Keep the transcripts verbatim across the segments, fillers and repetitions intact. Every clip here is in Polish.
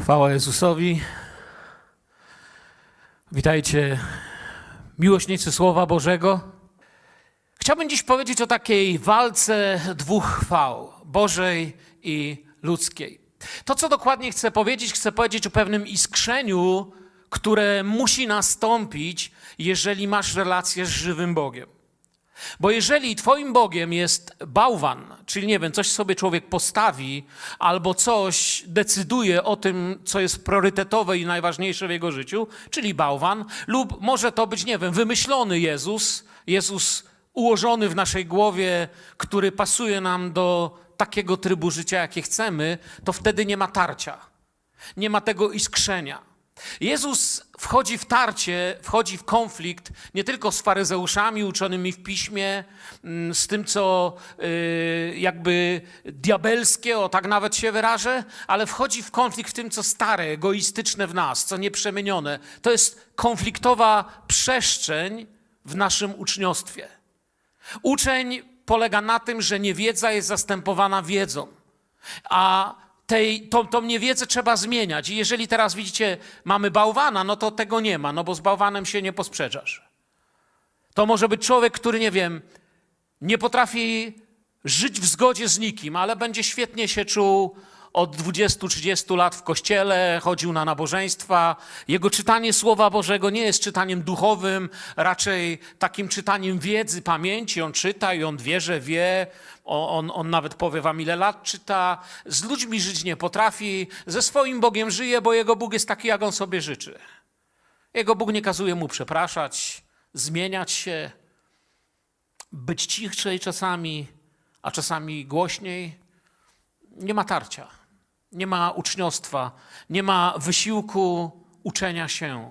Chwała Jezusowi. Witajcie, miłośnicy Słowa Bożego. Chciałbym dziś powiedzieć o takiej walce dwóch chwał, Bożej i ludzkiej. To, co dokładnie chcę powiedzieć, chcę powiedzieć o pewnym iskrzeniu, które musi nastąpić, jeżeli masz relację z żywym Bogiem. Bo jeżeli twoim Bogiem jest bałwan, czyli nie wiem, coś sobie człowiek postawi, albo coś decyduje o tym, co jest priorytetowe i najważniejsze w jego życiu, czyli bałwan, lub może to być, nie wiem, wymyślony Jezus, Jezus ułożony w naszej głowie, który pasuje nam do takiego trybu życia, jakie chcemy, to wtedy nie ma tarcia, nie ma tego iskrzenia. Jezus wchodzi w tarcie, wchodzi w konflikt nie tylko z faryzeuszami uczonymi w piśmie, z tym, co jakby diabelskie, o tak nawet się wyrażę, ale wchodzi w konflikt w tym, co stare, egoistyczne w nas, co nieprzemienione. To jest konfliktowa przestrzeń w naszym uczniostwie. Uczeń polega na tym, że niewiedza jest zastępowana wiedzą, a Tej, tą, tą niewiedzę trzeba zmieniać. I jeżeli teraz widzicie, mamy bałwana, no to tego nie ma, no bo z bałwanem się nie posprzeczasz. To może być człowiek, który, nie wiem, nie potrafi żyć w zgodzie z nikim, ale będzie świetnie się czuł od dwudziestu trzydziestu lat w kościele, chodził na nabożeństwa. Jego czytanie Słowa Bożego nie jest czytaniem duchowym, raczej takim czytaniem wiedzy, pamięci. On czyta i on wie, że wie. On, on nawet powie wam, ile lat czyta. Z ludźmi żyć nie potrafi. Ze swoim Bogiem żyje, bo jego Bóg jest taki, jak on sobie życzy. Jego Bóg nie kazuje mu przepraszać, zmieniać się, być cichszej czasami, a czasami głośniej. Nie ma tarcia, nie ma uczniostwa, nie ma wysiłku uczenia się.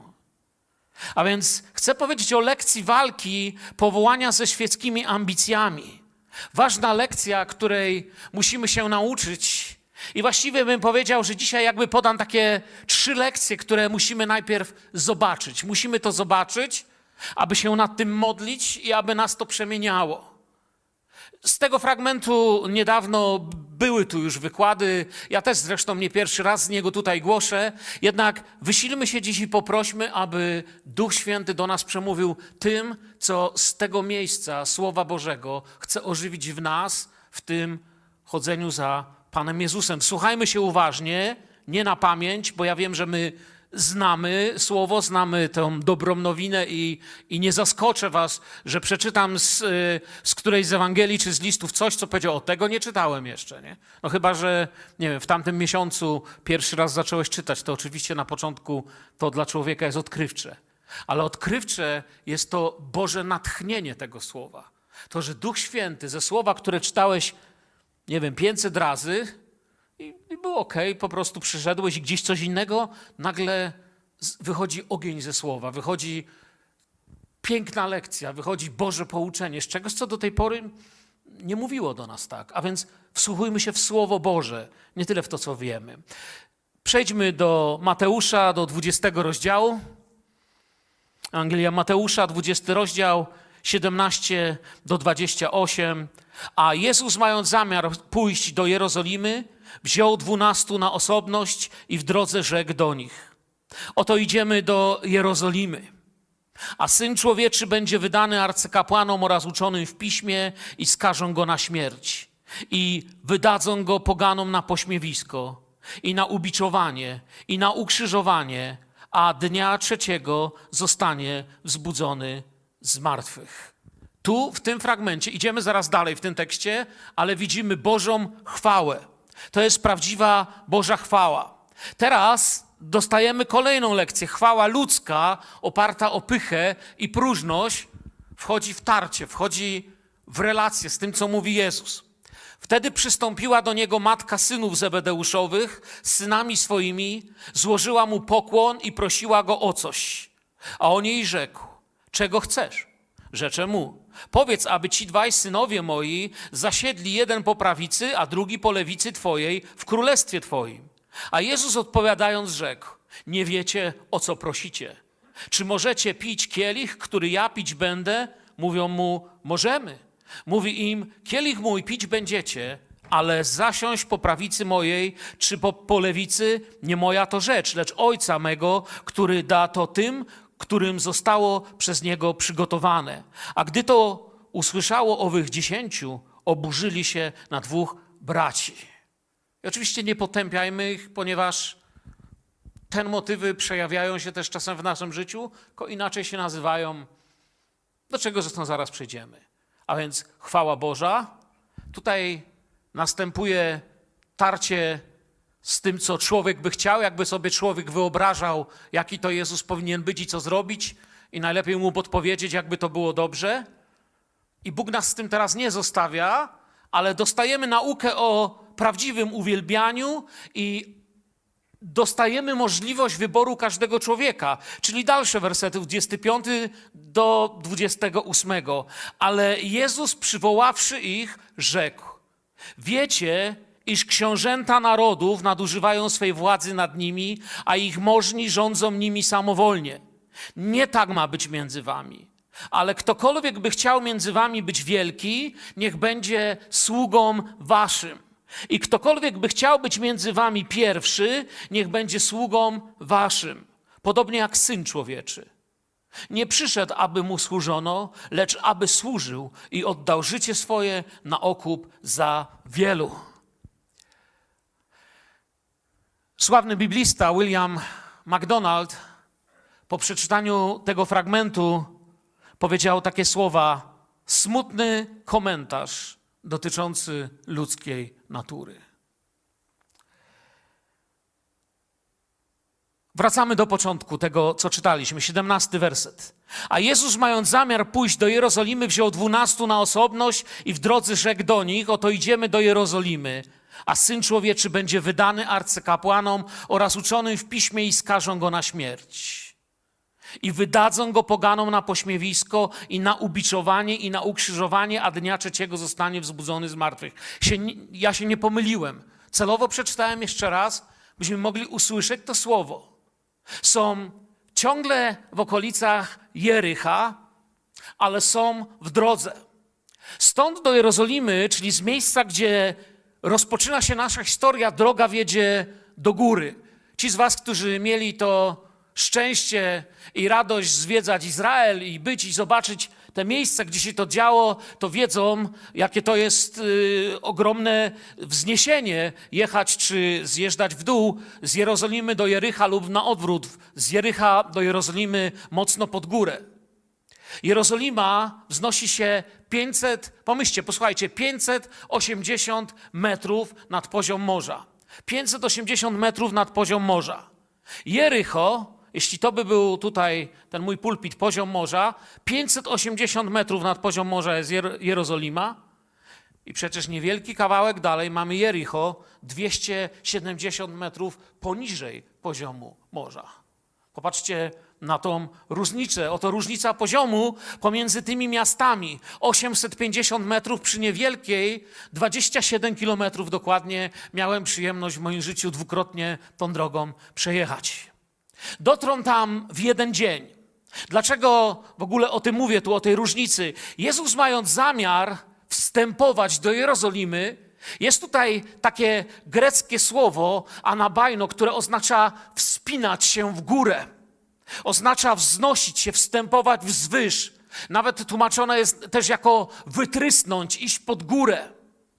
A więc chcę powiedzieć o lekcji walki powołania ze świeckimi ambicjami. Ważna lekcja, której musimy się nauczyć. I właściwie bym powiedział, że dzisiaj jakby podam takie trzy lekcje, które musimy najpierw zobaczyć. Musimy to zobaczyć, aby się nad tym modlić i aby nas to przemieniało. Z tego fragmentu niedawno były tu już wykłady, ja też zresztą nie pierwszy raz z niego tutaj głoszę, jednak wysilmy się dziś i poprośmy, aby Duch Święty do nas przemówił tym, co z tego miejsca Słowa Bożego chce ożywić w nas, w tym chodzeniu za Panem Jezusem. Słuchajmy się uważnie, nie na pamięć, bo ja wiem, że my znamy Słowo, znamy tę dobrą nowinę i, i nie zaskoczę was, że przeczytam z, z którejś z Ewangelii czy z listów coś, co powiedział, o tego nie czytałem jeszcze, nie? No chyba, że nie wiem, w tamtym miesiącu pierwszy raz zacząłeś czytać, to oczywiście na początku to dla człowieka jest odkrywcze. Ale odkrywcze jest to Boże natchnienie tego Słowa. To, że Duch Święty ze Słowa, które czytałeś, nie wiem, pięćset razy, I, I było okej, po prostu przyszedłeś i gdzieś coś innego, nagle wychodzi ogień ze słowa, wychodzi piękna lekcja, wychodzi Boże pouczenie z czegoś, co do tej pory nie mówiło do nas tak. A więc wsłuchujmy się w Słowo Boże, nie tyle w to, co wiemy. Przejdźmy do Mateusza, do dwudziestego rozdziału. Ewangelia Mateusza, dwudziesty rozdział, siedemnaście do dwudziestu ośmiu. A Jezus, mając zamiar pójść do Jerozolimy, wziął dwunastu na osobność i w drodze rzekł do nich: oto idziemy do Jerozolimy, a Syn Człowieczy będzie wydany arcykapłanom oraz uczonym w piśmie i skażą go na śmierć i wydadzą go poganom na pośmiewisko i na ubiczowanie i na ukrzyżowanie, a dnia trzeciego zostanie wzbudzony z martwych. Tu, w tym fragmencie, idziemy zaraz dalej w tym tekście, ale widzimy Bożą chwałę. To jest prawdziwa Boża chwała. Teraz dostajemy kolejną lekcję. Chwała ludzka, oparta o pychę i próżność, wchodzi w tarcie, wchodzi w relację z tym, co mówi Jezus. Wtedy przystąpiła do Niego matka synów Zebedeuszowych z synami swoimi, złożyła Mu pokłon i prosiła Go o coś. A on jej rzekł: czego chcesz? Rzecze Mu: powiedz, aby ci dwaj synowie moi zasiedli jeden po prawicy, a drugi po lewicy Twojej w królestwie Twoim. A Jezus odpowiadając rzekł: nie wiecie, o co prosicie. Czy możecie pić kielich, który ja pić będę? Mówią Mu: możemy. Mówi im: kielich mój pić będziecie, ale zasiąść po prawicy mojej, czy po, po lewicy, nie moja to rzecz, lecz Ojca mego, który da to tym, którym zostało przez Niego przygotowane. A gdy to usłyszało owych dziesięciu, oburzyli się na dwóch braci. I oczywiście nie potępiajmy ich, ponieważ te motywy przejawiają się też czasem w naszym życiu, tylko inaczej się nazywają, do czego zresztą zaraz przejdziemy. A więc chwała Boża. Tutaj następuje tarcie z tym, co człowiek by chciał, jakby sobie człowiek wyobrażał, jaki to Jezus powinien być i co zrobić, i najlepiej mu podpowiedzieć, jakby to było dobrze. I Bóg nas z tym teraz nie zostawia, ale dostajemy naukę o prawdziwym uwielbianiu i dostajemy możliwość wyboru każdego człowieka, czyli dalsze wersety, dwudziesty piąty do dwudziestego ósmego. Ale Jezus, przywoławszy ich, rzekł: wiecie, iż książęta narodów nadużywają swej władzy nad nimi, a ich możni rządzą nimi samowolnie. Nie tak ma być między wami. Ale ktokolwiek by chciał między wami być wielki, niech będzie sługą waszym. I ktokolwiek by chciał być między wami pierwszy, niech będzie sługą waszym. Podobnie jak Syn Człowieczy. Nie przyszedł, aby mu służono, lecz aby służył i oddał życie swoje na okup za wielu. Sławny biblista William MacDonald po przeczytaniu tego fragmentu powiedział takie słowa: smutny komentarz dotyczący ludzkiej natury. Wracamy do początku tego, co czytaliśmy, siedemnasty werset. A Jezus, mając zamiar pójść do Jerozolimy, wziął dwunastu na osobność i w drodze rzekł do nich: oto idziemy do Jerozolimy, a Syn Człowieczy będzie wydany arcykapłanom oraz uczonym w piśmie i skażą go na śmierć. I wydadzą go poganom na pośmiewisko i na ubiczowanie i na ukrzyżowanie, a dnia trzeciego zostanie wzbudzony z martwych. Się, ja się nie pomyliłem. Celowo przeczytałem jeszcze raz, byśmy mogli usłyszeć to słowo. Są ciągle w okolicach Jericha, ale są w drodze. Stąd do Jerozolimy, czyli z miejsca, gdzie rozpoczyna się nasza historia, droga wiedzie do góry. Ci z was, którzy mieli to szczęście i radość zwiedzać Izrael i być i zobaczyć te miejsca, gdzie się to działo, to wiedzą, jakie to jest y, ogromne wzniesienie jechać czy zjeżdżać w dół z Jerozolimy do Jericha lub na odwrót, z Jericha do Jerozolimy mocno pod górę. Jerozolima wznosi się pięćset, pomyślcie, posłuchajcie, pięćset osiemdziesiąt metrów nad poziom morza. pięćset osiemdziesiąt metrów nad poziom morza. Jericho, jeśli to by był tutaj ten mój pulpit, poziom morza, pięćset osiemdziesiąt metrów nad poziom morza jest Jer- Jerozolima i przecież niewielki kawałek dalej mamy Jericho, dwieście siedemdziesiąt metrów poniżej poziomu morza. Popatrzcie na tą różnicę. Oto różnica poziomu pomiędzy tymi miastami. osiemset pięćdziesiąt metrów przy niewielkiej, dwadzieścia siedem kilometrów dokładnie. Miałem przyjemność w moim życiu dwukrotnie tą drogą przejechać. Dotrą tam w jeden dzień. Dlaczego w ogóle o tym mówię, tu o tej różnicy? Jezus, mając zamiar wstępować do Jerozolimy, jest tutaj takie greckie słowo anabajno, które oznacza wspinać się w górę. Oznacza wznosić się, wstępować wzwyż. Nawet tłumaczone jest też jako wytrysnąć, iść pod górę.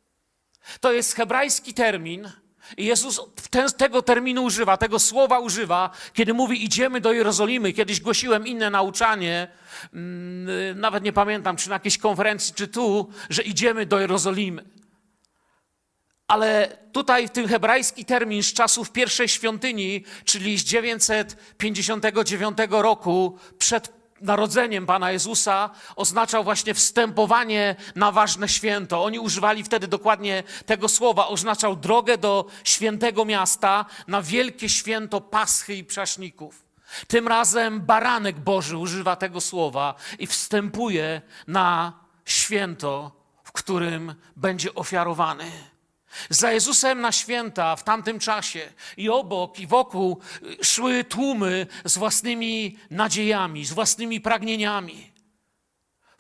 To jest hebrajski termin i Jezus ten, tego terminu używa, tego słowa używa, kiedy mówi idziemy do Jerozolimy. Kiedyś głosiłem inne nauczanie, hmm, nawet nie pamiętam, czy na jakiejś konferencji, czy tu, że idziemy do Jerozolimy. Ale tutaj ten hebrajski termin z czasów pierwszej świątyni, czyli z dziewięćset pięćdziesiątego dziewiątego roku przed narodzeniem Pana Jezusa, oznaczał właśnie wstępowanie na ważne święto. Oni używali wtedy dokładnie tego słowa. Oznaczał drogę do świętego miasta na wielkie święto Paschy i Prześników. Tym razem baranek Boży używa tego słowa i wstępuje na święto, w którym będzie ofiarowany. Za Jezusem na święta w tamtym czasie i obok, i wokół szły tłumy z własnymi nadziejami, z własnymi pragnieniami.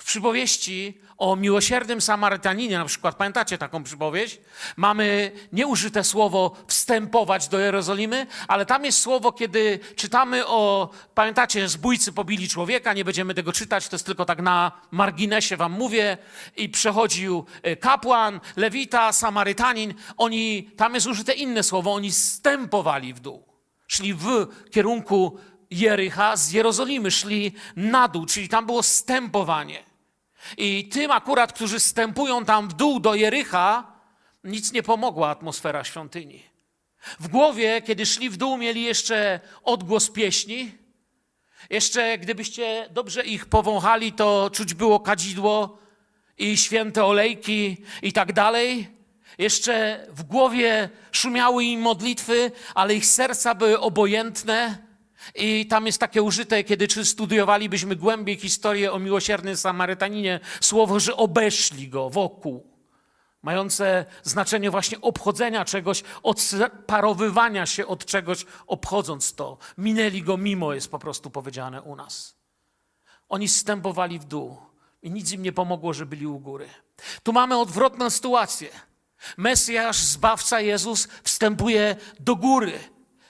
przypowieści o miłosiernym Samarytaninie, na przykład, pamiętacie taką przypowieść? Mamy nieużyte słowo wstępować do Jerozolimy, ale tam jest słowo, kiedy czytamy o, pamiętacie, zbójcy pobili człowieka, nie będziemy tego czytać, to jest tylko tak na marginesie wam mówię, i przechodził kapłan, lewita, Samarytanin, oni, tam jest użyte inne słowo, oni wstępowali w dół, szli w kierunku Jericha, z Jerozolimy szli na dół, czyli tam było stępowanie. I tym akurat, którzy stępują tam w dół do Jericha, nic nie pomogła atmosfera świątyni. W głowie, kiedy szli w dół, mieli jeszcze odgłos pieśni. Jeszcze, gdybyście dobrze ich powąchali, to czuć było kadzidło i święte olejki i tak dalej. Jeszcze w głowie szumiały im modlitwy, ale ich serca były obojętne. I tam jest takie użyte, kiedy czy studiowalibyśmy głębiej historię o miłosiernym Samarytaninie, słowo, że obeszli go wokół, mające znaczenie właśnie obchodzenia czegoś, odparowywania się od czegoś, obchodząc to. Minęli go mimo, jest po prostu powiedziane u nas. Oni zstępowali w dół i nic im nie pomogło, że byli u góry. Tu mamy odwrotną sytuację. Mesjasz, Zbawca Jezus wstępuje do góry.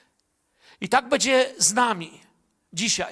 I tak będzie z nami dzisiaj.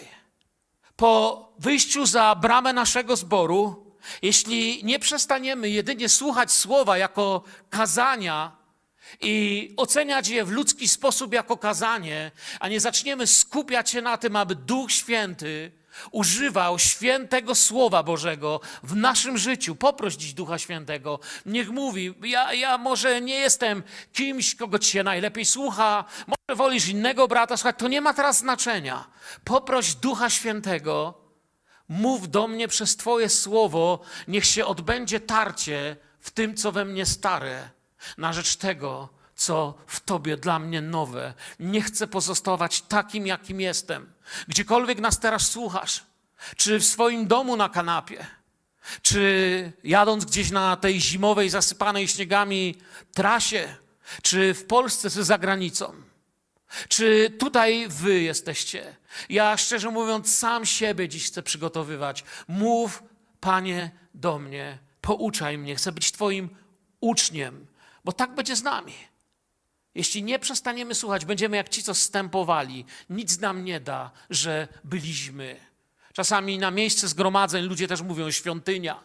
Po wyjściu za bramę naszego zboru, jeśli nie przestaniemy jedynie słuchać słowa jako kazania i oceniać je w ludzki sposób jako kazanie, a nie zaczniemy skupiać się na tym, aby Duch Święty używał świętego Słowa Bożego w naszym życiu. Poproś dziś Ducha Świętego. Niech mówi, ja, ja może nie jestem kimś, kogo ci się najlepiej słucha, może wolisz innego brata słuchać, to nie ma teraz znaczenia. Poproś Ducha Świętego, mów do mnie przez Twoje Słowo, niech się odbędzie tarcie w tym, co we mnie stare, na rzecz tego, co w Tobie dla mnie nowe. Nie chcę pozostawać takim, jakim jestem. Gdziekolwiek nas teraz słuchasz, czy w swoim domu na kanapie, czy jadąc gdzieś na tej zimowej, zasypanej śniegami trasie, czy w Polsce, czy za granicą, czy tutaj wy jesteście. Ja szczerze mówiąc sam siebie dziś chcę przygotowywać. Mów, Panie, do mnie, pouczaj mnie, chcę być Twoim uczniem, bo tak będzie z nami. Jeśli nie przestaniemy słuchać, będziemy jak ci, co zstępowali. Nic nam nie da, że byliśmy. Czasami na miejsce zgromadzeń ludzie też mówią świątynia,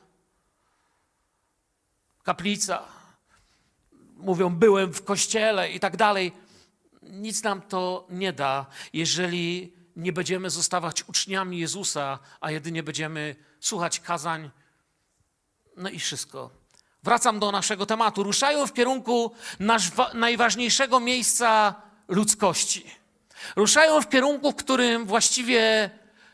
kaplica. Mówią, byłem w kościele i tak dalej. Nic nam to nie da, jeżeli nie będziemy zostawać uczniami Jezusa, a jedynie będziemy słuchać kazań. No i wszystko. Wracam do naszego tematu. Ruszają w kierunku nasz, najważniejszego miejsca ludzkości. Ruszają w kierunku, w którym właściwie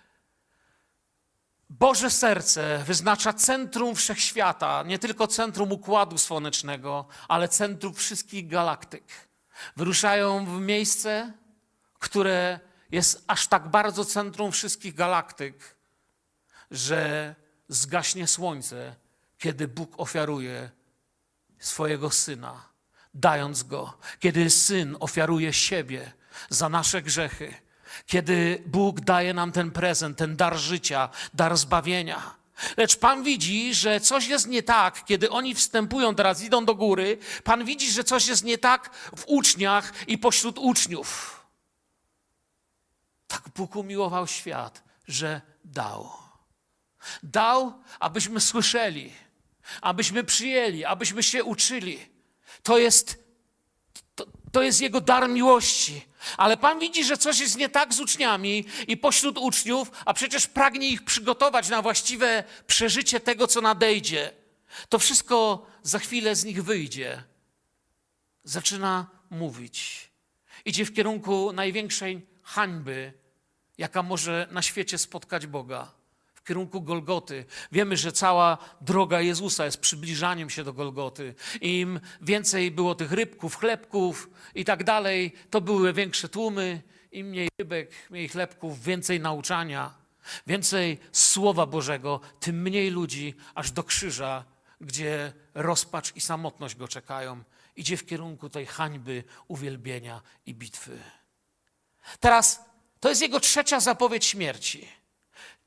Boże serce wyznacza centrum wszechświata, nie tylko centrum układu słonecznego, ale centrum wszystkich galaktyk. Wyruszają w miejsce, które jest aż tak bardzo centrum wszystkich galaktyk, że zgaśnie słońce, kiedy Bóg ofiaruje swojego Syna, dając Go. Kiedy Syn ofiaruje siebie za nasze grzechy. Kiedy Bóg daje nam ten prezent, ten dar życia, dar zbawienia. Lecz Pan widzi, że coś jest nie tak, kiedy oni wstępują, teraz idą do góry. Pan widzi, że coś jest nie tak w uczniach i pośród uczniów. Tak Bóg umiłował świat, że dał. Dał, abyśmy słyszeli, abyśmy przyjęli, abyśmy się uczyli. To jest, to, to jest Jego dar miłości. Ale Pan widzi, że coś jest nie tak z uczniami i pośród uczniów, a przecież pragnie ich przygotować na właściwe przeżycie tego, co nadejdzie. To wszystko za chwilę z nich wyjdzie. Zaczyna mówić. Idzie w kierunku największej hańby, jaka może na świecie spotkać Boga. W kierunku Golgoty. Wiemy, że cała droga Jezusa jest przybliżaniem się do Golgoty. Im więcej było tych rybków, chlebków i tak dalej, to były większe tłumy. Im mniej rybek, mniej chlebków, więcej nauczania, więcej Słowa Bożego, tym mniej ludzi, aż do krzyża, gdzie rozpacz i samotność go czekają. Idzie w kierunku tej hańby, uwielbienia i bitwy. Teraz to jest jego trzecia zapowiedź śmierci.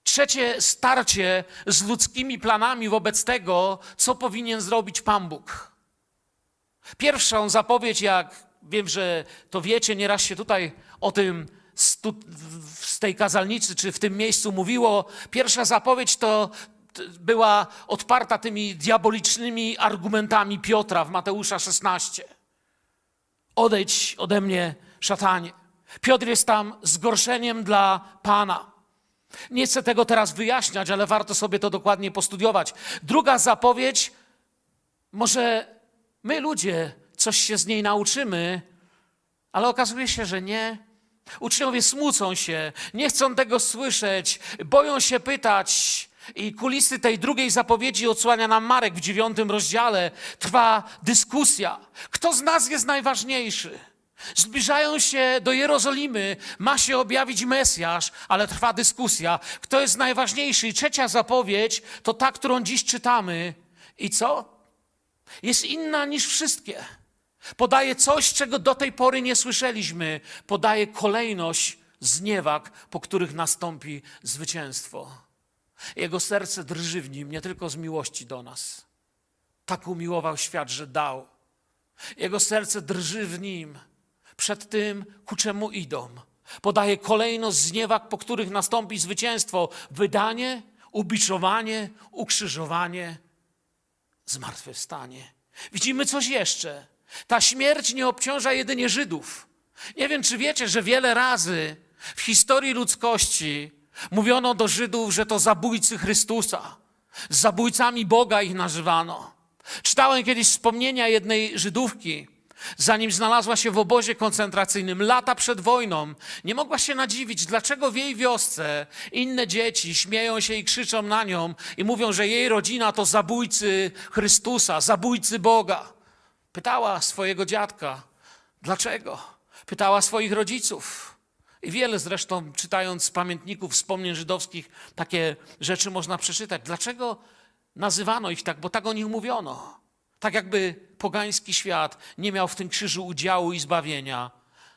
Trzecie starcie z ludzkimi planami wobec tego, co powinien zrobić Pan Bóg. Pierwszą zapowiedź, jak wiem, że to wiecie, nieraz się tutaj o tym z, tu, z tej kazalnicy czy w tym miejscu mówiło. Pierwsza zapowiedź to była odparta tymi diabolicznymi argumentami Piotra w Mateusza szesnaście. Odejdź ode mnie, szatanie. Piotr jest tam zgorszeniem dla Pana. Nie chcę tego teraz wyjaśniać, ale warto sobie to dokładnie postudiować. Druga zapowiedź, może my ludzie coś się z niej nauczymy, ale okazuje się, że nie. Uczniowie smucą się, nie chcą tego słyszeć, boją się pytać. I kulisy tej drugiej zapowiedzi odsłania nam Marek w dziewiątym rozdziale. Trwa dyskusja. Kto z nas jest najważniejszy? Zbliżają się do Jerozolimy, ma się objawić Mesjasz, ale trwa dyskusja. Kto jest najważniejszy? I trzecia zapowiedź to ta, którą dziś czytamy. I co? Jest inna niż wszystkie. Podaje coś, czego do tej pory nie słyszeliśmy. Podaje kolejność zniewag, po których nastąpi zwycięstwo. Jego serce drży w nim nie tylko z miłości do nas. Tak umiłował świat, że dał. Jego serce drży w nim przed tym, ku czemu idą. Podaje kolejność zniewag, po których nastąpi zwycięstwo. Wydanie, ubiczowanie, ukrzyżowanie, zmartwychwstanie. Widzimy coś jeszcze. Ta śmierć nie obciąża jedynie Żydów. Nie wiem, czy wiecie, że wiele razy w historii ludzkości mówiono do Żydów, że to zabójcy Chrystusa. Z zabójcami Boga ich nazywano. Czytałem kiedyś wspomnienia jednej Żydówki, zanim znalazła się w obozie koncentracyjnym lata przed wojną. Nie mogła się nadziwić, dlaczego w jej wiosce inne dzieci śmieją się i krzyczą na nią i mówią, że jej rodzina to zabójcy Chrystusa, zabójcy Boga. Pytała swojego dziadka, dlaczego? Pytała swoich rodziców. I wiele zresztą, czytając z pamiętników wspomnień żydowskich, takie rzeczy można przeczytać. Dlaczego nazywano ich tak? Bo tak o nich mówiono. Tak jakby pogański świat nie miał w tym krzyżu udziału i zbawienia.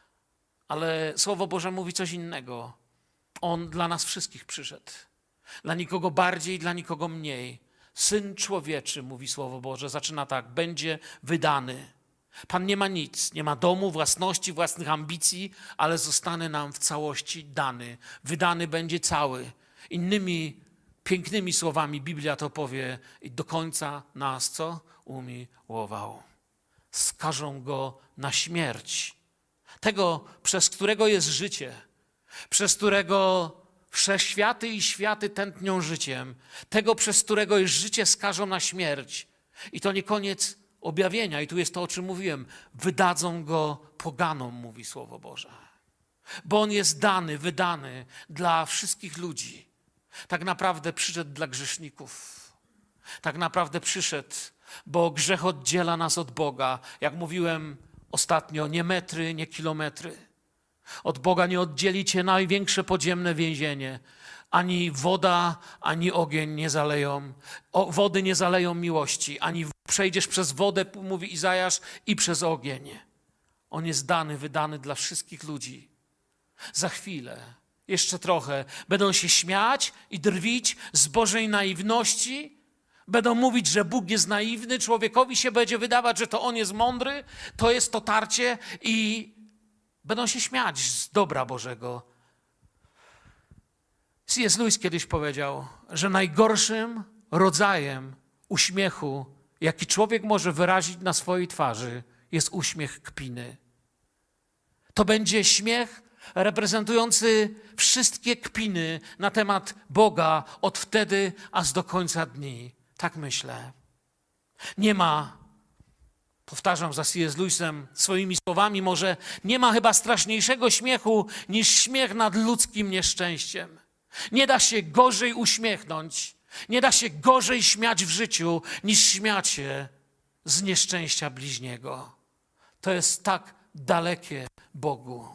Ale Słowo Boże mówi coś innego. On dla nas wszystkich przyszedł. Dla nikogo bardziej, dla nikogo mniej. Syn człowieczy, mówi Słowo Boże, zaczyna tak, będzie wydany. Pan nie ma nic, nie ma domu, własności, własnych ambicji, ale zostanie nam w całości dany. Wydany będzie cały. Innymi pięknymi słowami Biblia to powie i do końca nas co? Umiłował. Skażą go na śmierć. Tego, przez którego jest życie, przez którego wszechświaty i światy tętnią życiem, tego, przez którego jest życie, skażą na śmierć. I to nie koniec objawienia. I tu jest to, o czym mówiłem. Wydadzą go poganom, mówi Słowo Boże. Bo on jest dany, wydany dla wszystkich ludzi. Tak naprawdę przyszedł dla grzeszników. Tak naprawdę przyszedł, bo grzech oddziela nas od Boga. Jak mówiłem ostatnio, nie metry, nie kilometry. Od Boga nie oddzieli cię największe podziemne więzienie. Ani woda, ani ogień nie zaleją, o, wody nie zaleją miłości. Ani przejdziesz przez wodę, mówi Izajasz, i przez ogień. On jest dany, wydany dla wszystkich ludzi. Za chwilę, jeszcze trochę, będą się śmiać i drwić z Bożej naiwności. Będą mówić, że Bóg jest naiwny, człowiekowi się będzie wydawać, że to on jest mądry. To jest to tarcie i będą się śmiać z dobra Bożego. C S Lewis kiedyś powiedział, że najgorszym rodzajem uśmiechu, jaki człowiek może wyrazić na swojej twarzy, jest uśmiech kpiny. To będzie śmiech reprezentujący wszystkie kpiny na temat Boga od wtedy aż do końca dni. Tak myślę. Nie ma, powtarzam za C S Lewisem swoimi słowami, może nie ma chyba straszniejszego śmiechu niż śmiech nad ludzkim nieszczęściem. Nie da się gorzej uśmiechnąć, nie da się gorzej śmiać w życiu, niż śmiać się z nieszczęścia bliźniego. To jest tak dalekie Bogu.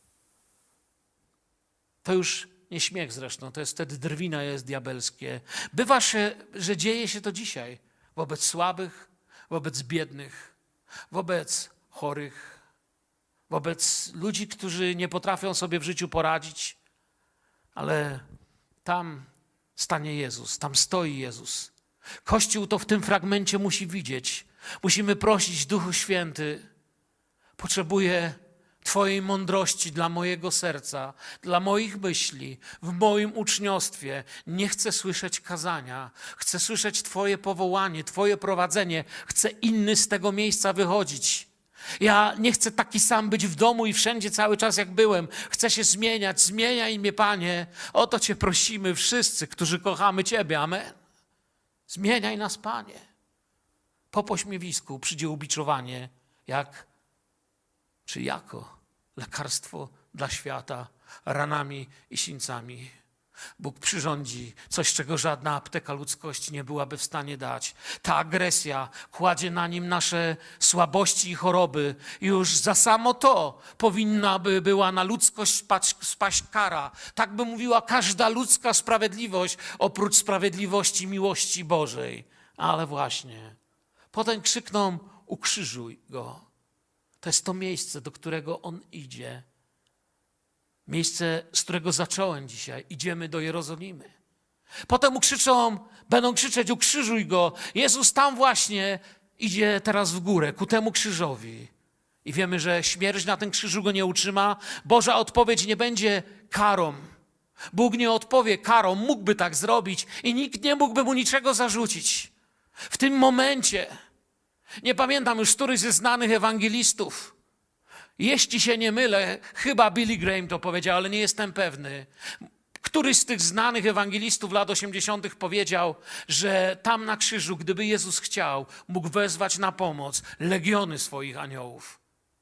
To już nie śmiech zresztą, to jest wtedy drwina jest diabelskie. Bywa się, że dzieje się to dzisiaj wobec słabych, wobec biednych, wobec chorych, wobec ludzi, którzy nie potrafią sobie w życiu poradzić, ale tam stanie Jezus, tam stoi Jezus. Kościół to w tym fragmencie musi widzieć. Musimy prosić, Duchu Święty, potrzebuję Twojej mądrości dla mojego serca, dla moich myśli, w moim uczniostwie. Nie chcę słyszeć kazania, chcę słyszeć Twoje powołanie, Twoje prowadzenie. Chcę inny z tego miejsca wychodzić. Ja nie chcę taki sam być w domu i wszędzie cały czas jak byłem. Chcę się zmieniać, zmieniaj mnie, Panie. O to Cię prosimy wszyscy, którzy kochamy Ciebie. Amen. Zmieniaj nas, Panie. Po pośmiewisku przyjdzie ubiczowanie, jak czy jako lekarstwo dla świata, ranami i sińcami. Bóg przyrządzi coś, czego żadna apteka ludzkości nie byłaby w stanie dać. Ta agresja kładzie na nim nasze słabości i choroby. Już za samo to powinna by była na ludzkość spaść, spaść kara. Tak by mówiła każda ludzka sprawiedliwość, oprócz sprawiedliwości miłości Bożej. Ale właśnie, potem krzykną, ukrzyżuj go. To jest to miejsce, do którego on idzie. Miejsce, z którego zacząłem dzisiaj. Idziemy do Jerozolimy. Potem ukrzyczą, będą krzyczeć, ukrzyżuj go. Jezus tam właśnie idzie teraz w górę, ku temu krzyżowi. I wiemy, że śmierć na tym krzyżu go nie utrzyma. Boża odpowiedź nie będzie karą. Bóg nie odpowie karą, mógłby tak zrobić i nikt nie mógłby mu niczego zarzucić. W tym momencie, nie pamiętam już, któryś ze znanych ewangelistów, jeśli się nie mylę, chyba Billy Graham to powiedział, ale nie jestem pewny. Któryś z tych znanych ewangelistów lat osiemdziesiątych powiedział, że tam na krzyżu, gdyby Jezus chciał, mógł wezwać na pomoc legiony swoich aniołów.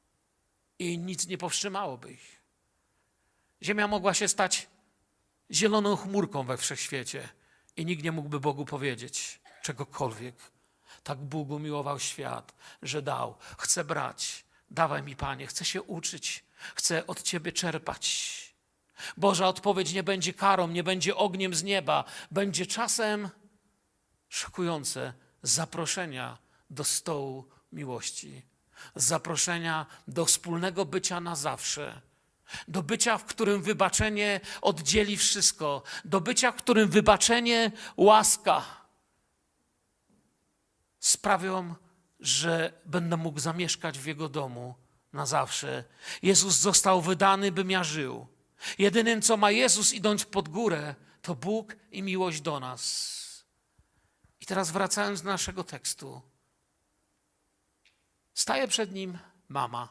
I nic nie powstrzymałoby ich. Ziemia mogła się stać zieloną chmurką we wszechświecie i nikt nie mógłby Bogu powiedzieć czegokolwiek. Tak Bóg umiłował świat, że dał. Chcę brać. Dawaj mi, Panie, chcę się uczyć. Chcę od Ciebie czerpać. Boża odpowiedź nie będzie karą, nie będzie ogniem z nieba. Będzie czasem szokujące zaproszenia do stołu miłości. Zaproszenia do wspólnego bycia na zawsze. Do bycia, w którym wybaczenie oddzieli wszystko. Do bycia, w którym wybaczenie, łaska sprawią, że będę mógł zamieszkać w Jego domu na zawsze. Jezus został wydany, bym ja żył. Jedynym, co ma Jezus idąc pod górę, to Bóg i miłość do nas. I teraz wracając do naszego tekstu. Staje przed nim mama.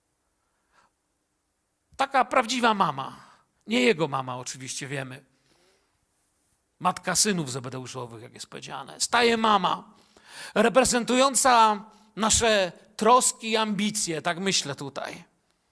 Taka prawdziwa mama. Nie jego mama, oczywiście wiemy. Matka synów Zebedeuszowych, jak jest powiedziane. Staje mama, reprezentująca nasze troski i ambicje, tak myślę tutaj.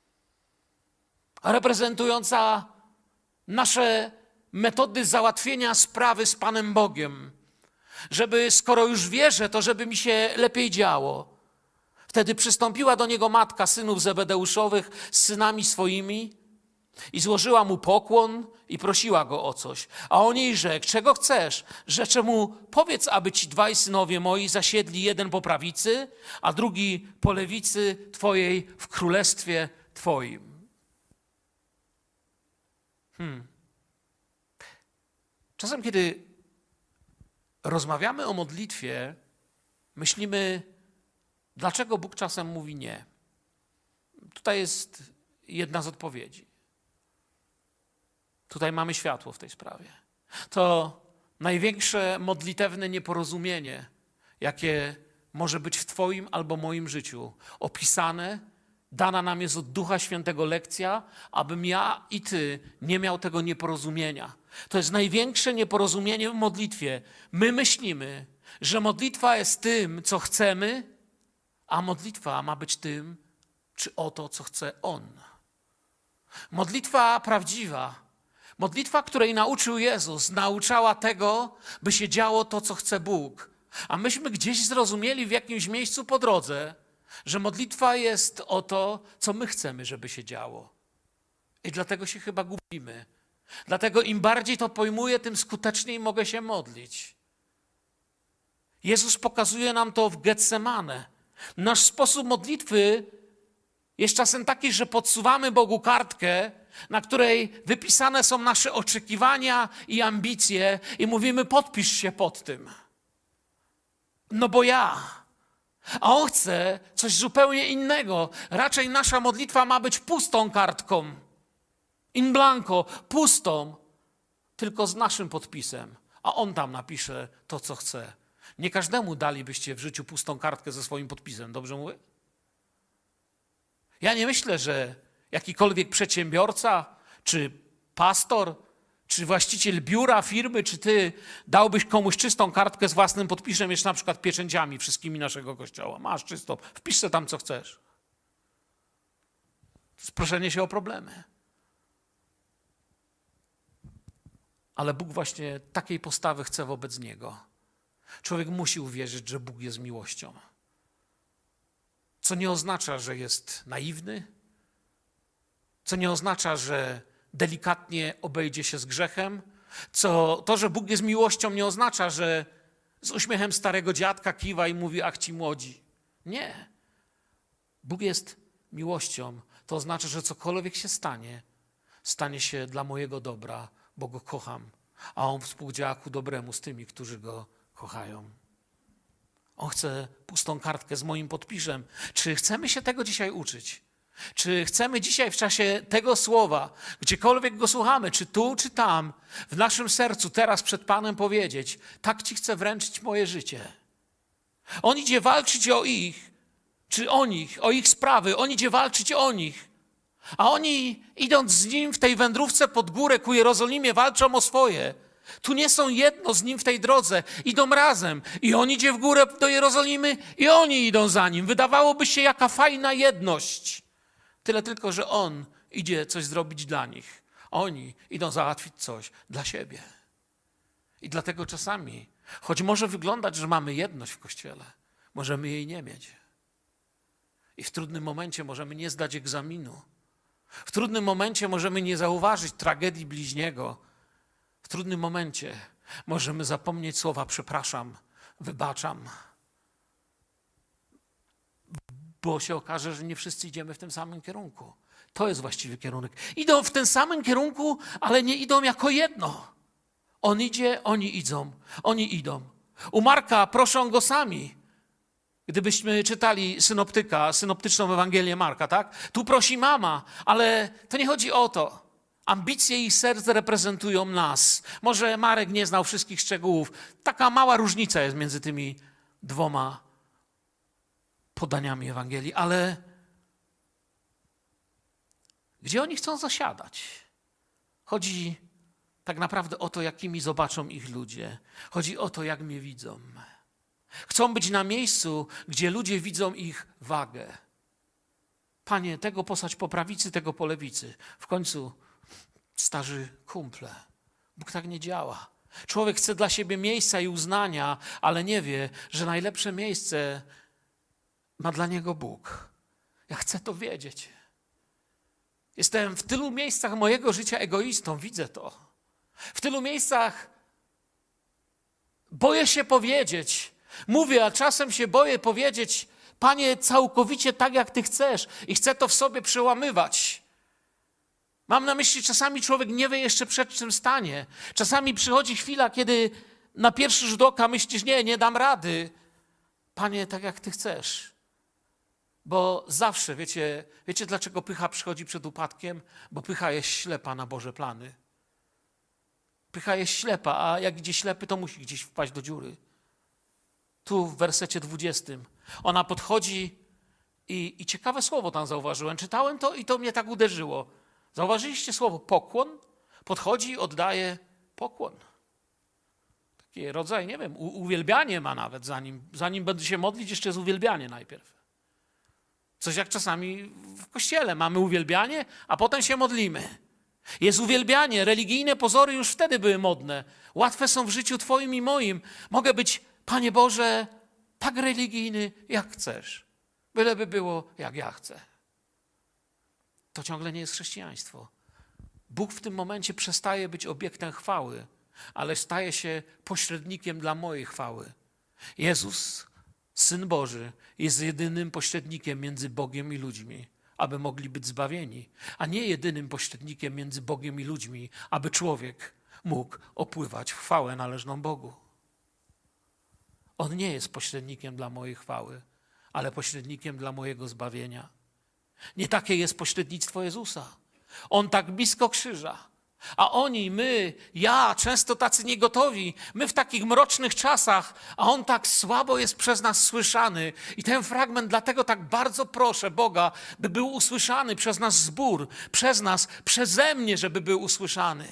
Reprezentująca nasze metody załatwienia sprawy z Panem Bogiem. Żeby, skoro już wierzę, to żeby mi się lepiej działo. Wtedy przystąpiła do niego matka synów Zebedeuszowych z synami swoimi i złożyła mu pokłon i prosiła go o coś. A on jej rzekł, czego chcesz? Rzecze mu, powiedz, aby ci dwaj synowie moi zasiedli, jeden po prawicy, a drugi po lewicy Twojej w królestwie Twoim. Hmm. Czasem, kiedy rozmawiamy o modlitwie, myślimy, dlaczego Bóg czasem mówi nie. Tutaj jest jedna z odpowiedzi. Tutaj mamy światło w tej sprawie. To największe modlitewne nieporozumienie, jakie może być w Twoim albo moim życiu, opisane, dana nam jest od Ducha Świętego lekcja, abym ja i Ty nie miał tego nieporozumienia. To jest największe nieporozumienie w modlitwie. My myślimy, że modlitwa jest tym, co chcemy, a modlitwa ma być tym, czy o to, co chce On. Modlitwa prawdziwa, modlitwa, której nauczył Jezus, nauczała tego, by się działo to, co chce Bóg. A myśmy gdzieś zrozumieli w jakimś miejscu po drodze, że modlitwa jest o to, co my chcemy, żeby się działo. I dlatego się chyba gubimy. Dlatego im bardziej to pojmuję, tym skuteczniej mogę się modlić. Jezus pokazuje nam to w Getsemane. Nasz sposób modlitwy Jest czasem taki, że podsuwamy Bogu kartkę, na której wypisane są nasze oczekiwania i ambicje i mówimy, podpisz się pod tym. No bo ja. A On chce coś zupełnie innego. Raczej nasza modlitwa ma być pustą kartką. In blanco, pustą, tylko z naszym podpisem. A On tam napisze to, co chce. Nie każdemu dalibyście w życiu pustą kartkę ze swoim podpisem. Dobrze mówię? Ja nie myślę, że jakikolwiek przedsiębiorca, czy pastor, czy właściciel biura, firmy, czy ty dałbyś komuś czystą kartkę z własnym podpisem, jeszcze na przykład pieczęciami wszystkimi naszego kościoła. Masz czystą, wpisz se tam, co chcesz. To jest proszenie się o problemy. Ale Bóg właśnie takiej postawy chce wobec Niego. Człowiek musi uwierzyć, że Bóg jest miłością. Co nie oznacza, że jest naiwny, co nie oznacza, że delikatnie obejdzie się z grzechem, co to, że Bóg jest miłością, nie oznacza, że z uśmiechem starego dziadka kiwa i mówi, ach ci młodzi. Nie. Bóg jest miłością. To oznacza, że cokolwiek się stanie, stanie się dla mojego dobra, bo Go kocham, a On współdziała ku dobremu z tymi, którzy Go kochają. On chce pustą kartkę z moim podpisem. Czy chcemy się tego dzisiaj uczyć? Czy chcemy dzisiaj w czasie tego słowa, gdziekolwiek go słuchamy, czy tu, czy tam, w naszym sercu teraz przed Panem powiedzieć, tak Ci chcę wręczyć moje życie. On idzie walczyć o ich, czy o nich, o ich sprawy, on idzie walczyć o nich. A oni, idąc z Nim w tej wędrówce pod górę ku Jerozolimie, walczą o swoje. Tu nie są jedno z Nim w tej drodze, idą razem. I On idzie w górę do Jerozolimy i oni idą za Nim. Wydawałoby się, jaka fajna jedność. Tyle tylko, że On idzie coś zrobić dla nich. Oni idą załatwić coś dla siebie. I dlatego czasami, choć może wyglądać, że mamy jedność w Kościele, możemy jej nie mieć. I w trudnym momencie możemy nie zdać egzaminu. W trudnym momencie możemy nie zauważyć tragedii bliźniego. W trudnym momencie możemy zapomnieć słowa przepraszam, wybaczam. Bo się okaże, że nie wszyscy idziemy w tym samym kierunku. To jest właściwy kierunek. Idą w tym samym kierunku, ale nie idą jako jedno. On idzie, oni idą, oni idą. U Marka proszą go sami. Gdybyśmy czytali synoptyka, synoptyczną Ewangelię Marka, tak? Tu prosi mama, ale to nie chodzi o to. Ambicje ich serc reprezentują nas. Może Marek nie znał wszystkich szczegółów. Taka mała różnica jest między tymi dwoma podaniami Ewangelii, ale gdzie oni chcą zasiadać? Chodzi tak naprawdę o to, jakimi zobaczą ich ludzie. Chodzi o to, jak mnie widzą. Chcą być na miejscu, gdzie ludzie widzą ich wagę. Panie, tego posadź po prawicy, tego po lewicy. W końcu starzy kumple. Bóg tak nie działa. Człowiek chce dla siebie miejsca i uznania, ale nie wie, że najlepsze miejsce ma dla niego Bóg. Ja chcę to wiedzieć. Jestem w tylu miejscach mojego życia egoistą, widzę to. W tylu miejscach boję się powiedzieć. Mówię, a czasem się boję powiedzieć, Panie, całkowicie tak, jak Ty chcesz. I chcę to w sobie przełamywać. Mam na myśli, czasami człowiek nie wie jeszcze przed czym stanie. Czasami przychodzi chwila, kiedy na pierwszy rzut oka myślisz, nie, nie dam rady. Panie, tak jak Ty chcesz. Bo zawsze, wiecie, wiecie dlaczego pycha przychodzi przed upadkiem? Bo pycha jest ślepa na Boże plany. Pycha jest ślepa, a jak idzie ślepy, to musi gdzieś wpaść do dziury. Tu w wersecie dwudziestym. Ona podchodzi i, i ciekawe słowo tam zauważyłem. Czytałem to i to mnie tak uderzyło. Zauważyliście słowo pokłon? Podchodzi i oddaje pokłon. Taki rodzaj, nie wiem, u, uwielbianie ma nawet, zanim, zanim będę się modlić, jeszcze jest uwielbianie najpierw. Coś jak czasami w kościele. Mamy uwielbianie, a potem się modlimy. Jest uwielbianie. Religijne pozory już wtedy były modne. Łatwe są w życiu Twoim i moim. Mogę być, Panie Boże, tak religijny, jak chcesz. Byleby było, jak ja chcę. To ciągle nie jest chrześcijaństwo. Bóg w tym momencie przestaje być obiektem chwały, ale staje się pośrednikiem dla mojej chwały. Jezus, Syn Boży, jest jedynym pośrednikiem między Bogiem i ludźmi. aby mogli być zbawieni, a nie jedynym pośrednikiem między Bogiem i ludźmi, aby człowiek mógł opływać w chwałę należną Bogu. On nie jest pośrednikiem dla mojej chwały, ale pośrednikiem dla mojego zbawienia. Nie takie jest pośrednictwo Jezusa. On tak blisko krzyża. A oni, my, ja, często tacy niegotowi, my w takich mrocznych czasach, a On tak słabo jest przez nas słyszany. I ten fragment dlatego tak bardzo proszę Boga, by był usłyszany przez nas zbór, przez nas, przeze mnie, żeby był usłyszany.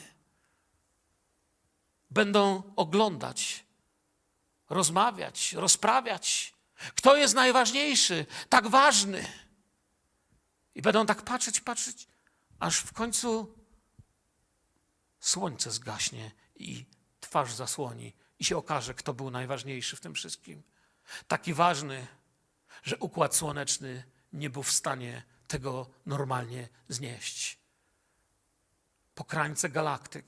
Będą oglądać, rozmawiać, rozprawiać. Kto jest najważniejszy, tak ważny. I będą tak patrzeć, patrzeć, aż w końcu słońce zgaśnie i twarz zasłoni i się okaże, kto był najważniejszy w tym wszystkim. Taki ważny, że układ słoneczny nie był w stanie tego normalnie znieść. Po krańce galaktyk.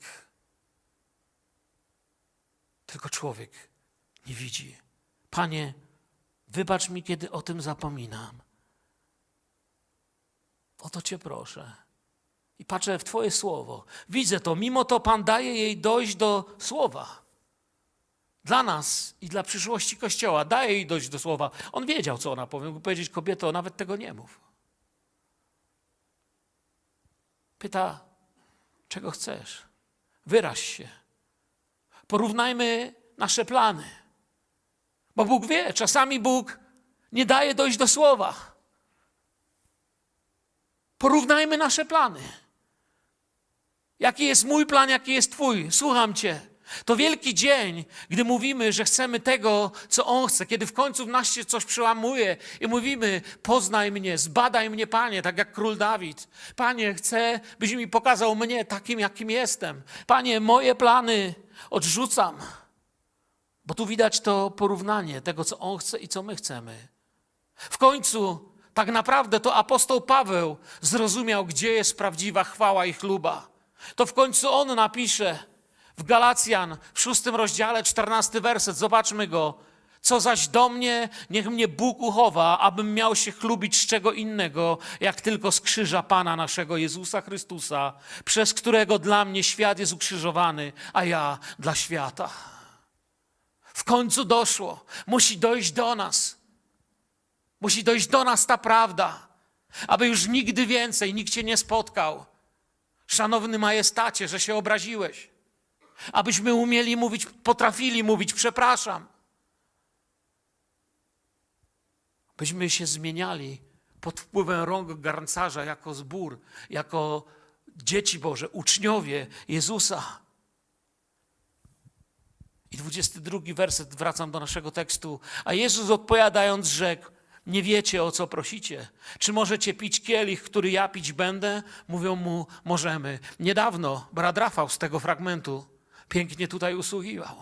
Tylko człowiek nie widzi. Panie, wybacz mi, kiedy o tym zapominam. O to Cię proszę. I patrzę w Twoje słowo. Widzę to. Mimo to Pan daje jej dojść do słowa. Dla nas i dla przyszłości Kościoła. Daje jej dojść do słowa. On wiedział, co ona powie. Mógł powiedzieć: kobieto, nawet tego nie mów. Pyta, czego chcesz? Wyraź się. Porównajmy nasze plany. Bo Bóg wie, czasami Bóg nie daje dojść do słowa. Porównajmy nasze plany. Jaki jest mój plan, jaki jest Twój? Słucham Cię. To wielki dzień, gdy mówimy, że chcemy tego, co On chce. Kiedy w końcu w nas się coś przełamuje i mówimy: poznaj mnie, zbadaj mnie, Panie, tak jak król Dawid. Panie, chcę, byś mi pokazał mnie takim, jakim jestem. Panie, moje plany odrzucam. Bo tu widać to porównanie tego, co On chce i co my chcemy. W końcu tak naprawdę to apostoł Paweł zrozumiał, gdzie jest prawdziwa chwała i chluba. To w końcu on napisze w Galacjan w szóstym rozdziale, czternasty werset. Zobaczmy go. Co zaś do mnie, niech mnie Bóg uchowa, abym miał się chlubić z czego innego, jak tylko z krzyża Pana naszego Jezusa Chrystusa, przez którego dla mnie świat jest ukrzyżowany, a ja dla świata. W końcu doszło. Musi dojść do nas. Musi dojść do nas ta prawda, aby już nigdy więcej nikt Cię nie spotkał. Szanowny majestacie, że się obraziłeś. Abyśmy umieli mówić, potrafili mówić przepraszam. Byśmy się zmieniali pod wpływem rąk garncarza jako zbór, jako dzieci Boże, uczniowie Jezusa. I dwudziesty drugi werset, wracam do naszego tekstu. A Jezus odpowiadając rzekł: nie wiecie, o co prosicie. Czy możecie pić kielich, który ja pić będę? Mówią mu: możemy. Niedawno brat Rafał z tego fragmentu pięknie tutaj usługiwał.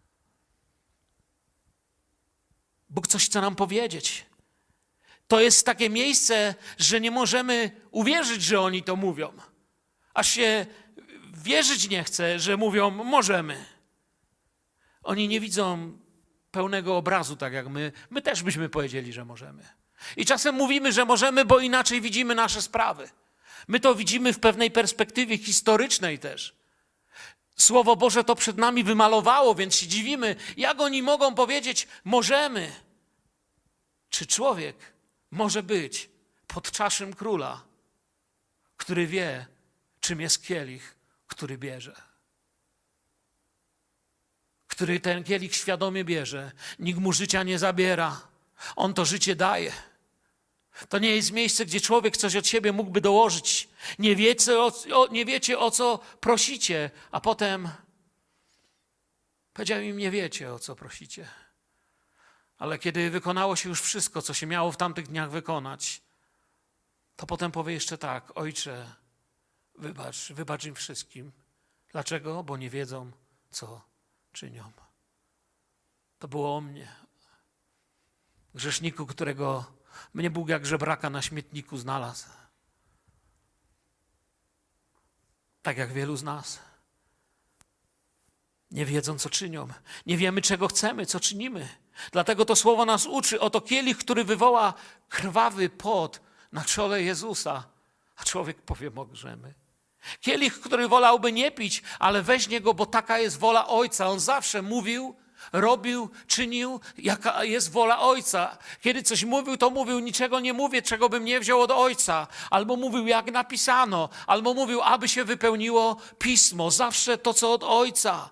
Bóg coś chce nam powiedzieć. To jest takie miejsce, że nie możemy uwierzyć, że oni to mówią. Aż się wierzyć nie chce, że mówią: możemy. Oni nie widzą pełnego obrazu, tak jak my. My też byśmy powiedzieli, że możemy. I czasem mówimy, że możemy, bo inaczej widzimy nasze sprawy. My to widzimy w pewnej perspektywie historycznej też. Słowo Boże to przed nami wymalowało, więc się dziwimy, jak oni mogą powiedzieć: możemy. Czy człowiek może być pod czaszem króla, który wie, czym jest kielich, który bierze? Który ten kielich świadomie bierze. Nikt mu życia nie zabiera. On to życie daje. To nie jest miejsce, gdzie człowiek coś od siebie mógłby dołożyć. Nie wiecie, o, o, nie wiecie, o co prosicie. A potem powiedział im: nie wiecie, o co prosicie. Ale kiedy wykonało się już wszystko, co się miało w tamtych dniach wykonać, to potem powie jeszcze tak: Ojcze, wybacz, wybacz im wszystkim. Dlaczego? Bo nie wiedzą, co czynią. To było o mnie. Grzeszniku, którego mnie Bóg jak żebraka na śmietniku znalazł. Tak jak wielu z nas. Nie wiedzą, co czynią. Nie wiemy, czego chcemy, co czynimy. Dlatego to słowo nas uczy. Oto kielich, który wywoła krwawy pot na czole Jezusa, a człowiek powie, możemy. Kielich, który wolałby nie pić, ale weźmie go, bo taka jest wola Ojca. On zawsze mówił, robił, czynił, jaka jest wola Ojca. Kiedy coś mówił, to mówił, niczego nie mówię, czego bym nie wziął od Ojca. Albo mówił, jak napisano, albo mówił, aby się wypełniło Pismo. Zawsze to, co od Ojca.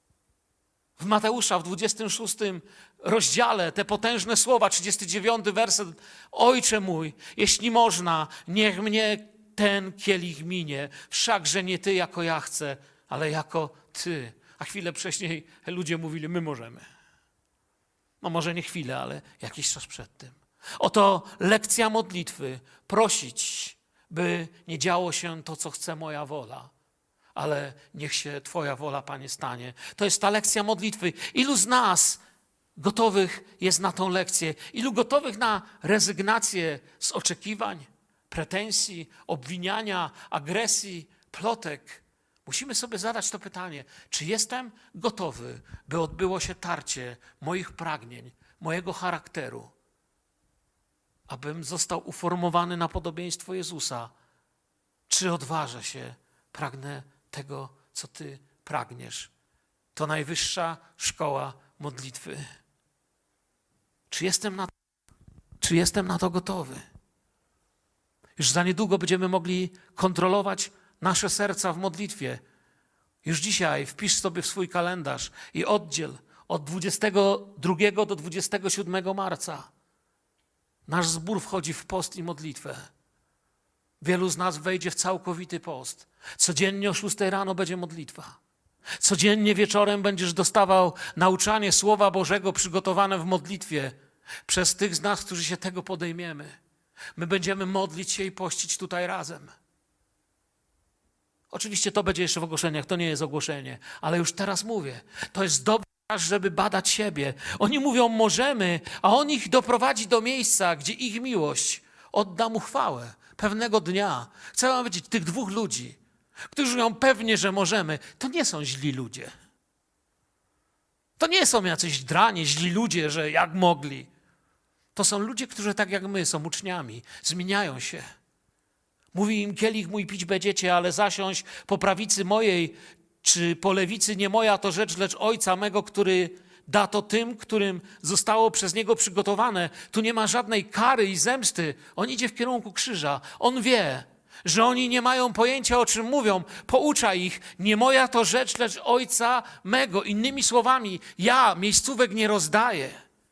W Mateusza w dwudziestym szóstym rozdziale te potężne słowa, trzydziesty dziewiąty werset. Ojcze mój, jeśli można, niech mnie ten kielich minie. Wszakże nie Ty jako ja chcę, ale jako Ty. A chwilę wcześniej ludzie mówili, my możemy. No może nie chwilę, ale jakiś czas przed tym. Oto lekcja modlitwy. Prosić, by nie działo się to, co chce moja wola, ale niech się Twoja wola, Panie, stanie. To jest ta lekcja modlitwy. Ilu z nas gotowych jest na tą lekcję? Ilu gotowych na rezygnację z oczekiwań, pretensji, obwiniania, agresji, plotek? Musimy sobie zadać to pytanie, czy jestem gotowy, by odbyło się tarcie moich pragnień, mojego charakteru, abym został uformowany na podobieństwo Jezusa? Czy odważę się, pragnę tego, co Ty pragniesz? To najwyższa szkoła modlitwy. Czy jestem na, czy jestem na to gotowy? Już za niedługo będziemy mogli kontrolować nasze serca w modlitwie. Już dzisiaj wpisz sobie w swój kalendarz i oddziel od dwudziestego drugiego do dwudziestego siódmego marca. Nasz zbór wchodzi w post i modlitwę. Wielu z nas wejdzie w całkowity post. Codziennie o szóstej rano będzie modlitwa. Codziennie wieczorem będziesz dostawał nauczanie Słowa Bożego przygotowane w modlitwie przez tych z nas, którzy się tego podejmiemy. My będziemy modlić się i pościć tutaj razem. Oczywiście to będzie jeszcze w ogłoszeniach, to nie jest ogłoszenie, ale już teraz mówię, to jest dobry czas, żeby badać siebie. Oni mówią, możemy, a on ich doprowadzi do miejsca, gdzie ich miłość odda mu chwałę. Pewnego dnia chcę wam powiedzieć, tych dwóch ludzi, którzy mówią pewnie, że możemy, to nie są źli ludzie. To nie są jacyś dranie, źli ludzie, że jak mogli. To są ludzie, którzy tak jak my są uczniami, zmieniają się. Mówi im, kielich mój pić będziecie, ale zasiąść po prawicy mojej, czy po lewicy nie moja to rzecz, lecz Ojca mego, który da to tym, którym zostało przez Niego przygotowane. Tu nie ma żadnej kary i zemsty. On idzie w kierunku krzyża. On wie, że oni nie mają pojęcia, o czym mówią. Poucza ich, nie moja to rzecz, lecz Ojca mego. Innymi słowami, ja miejscówek nie rozdaję.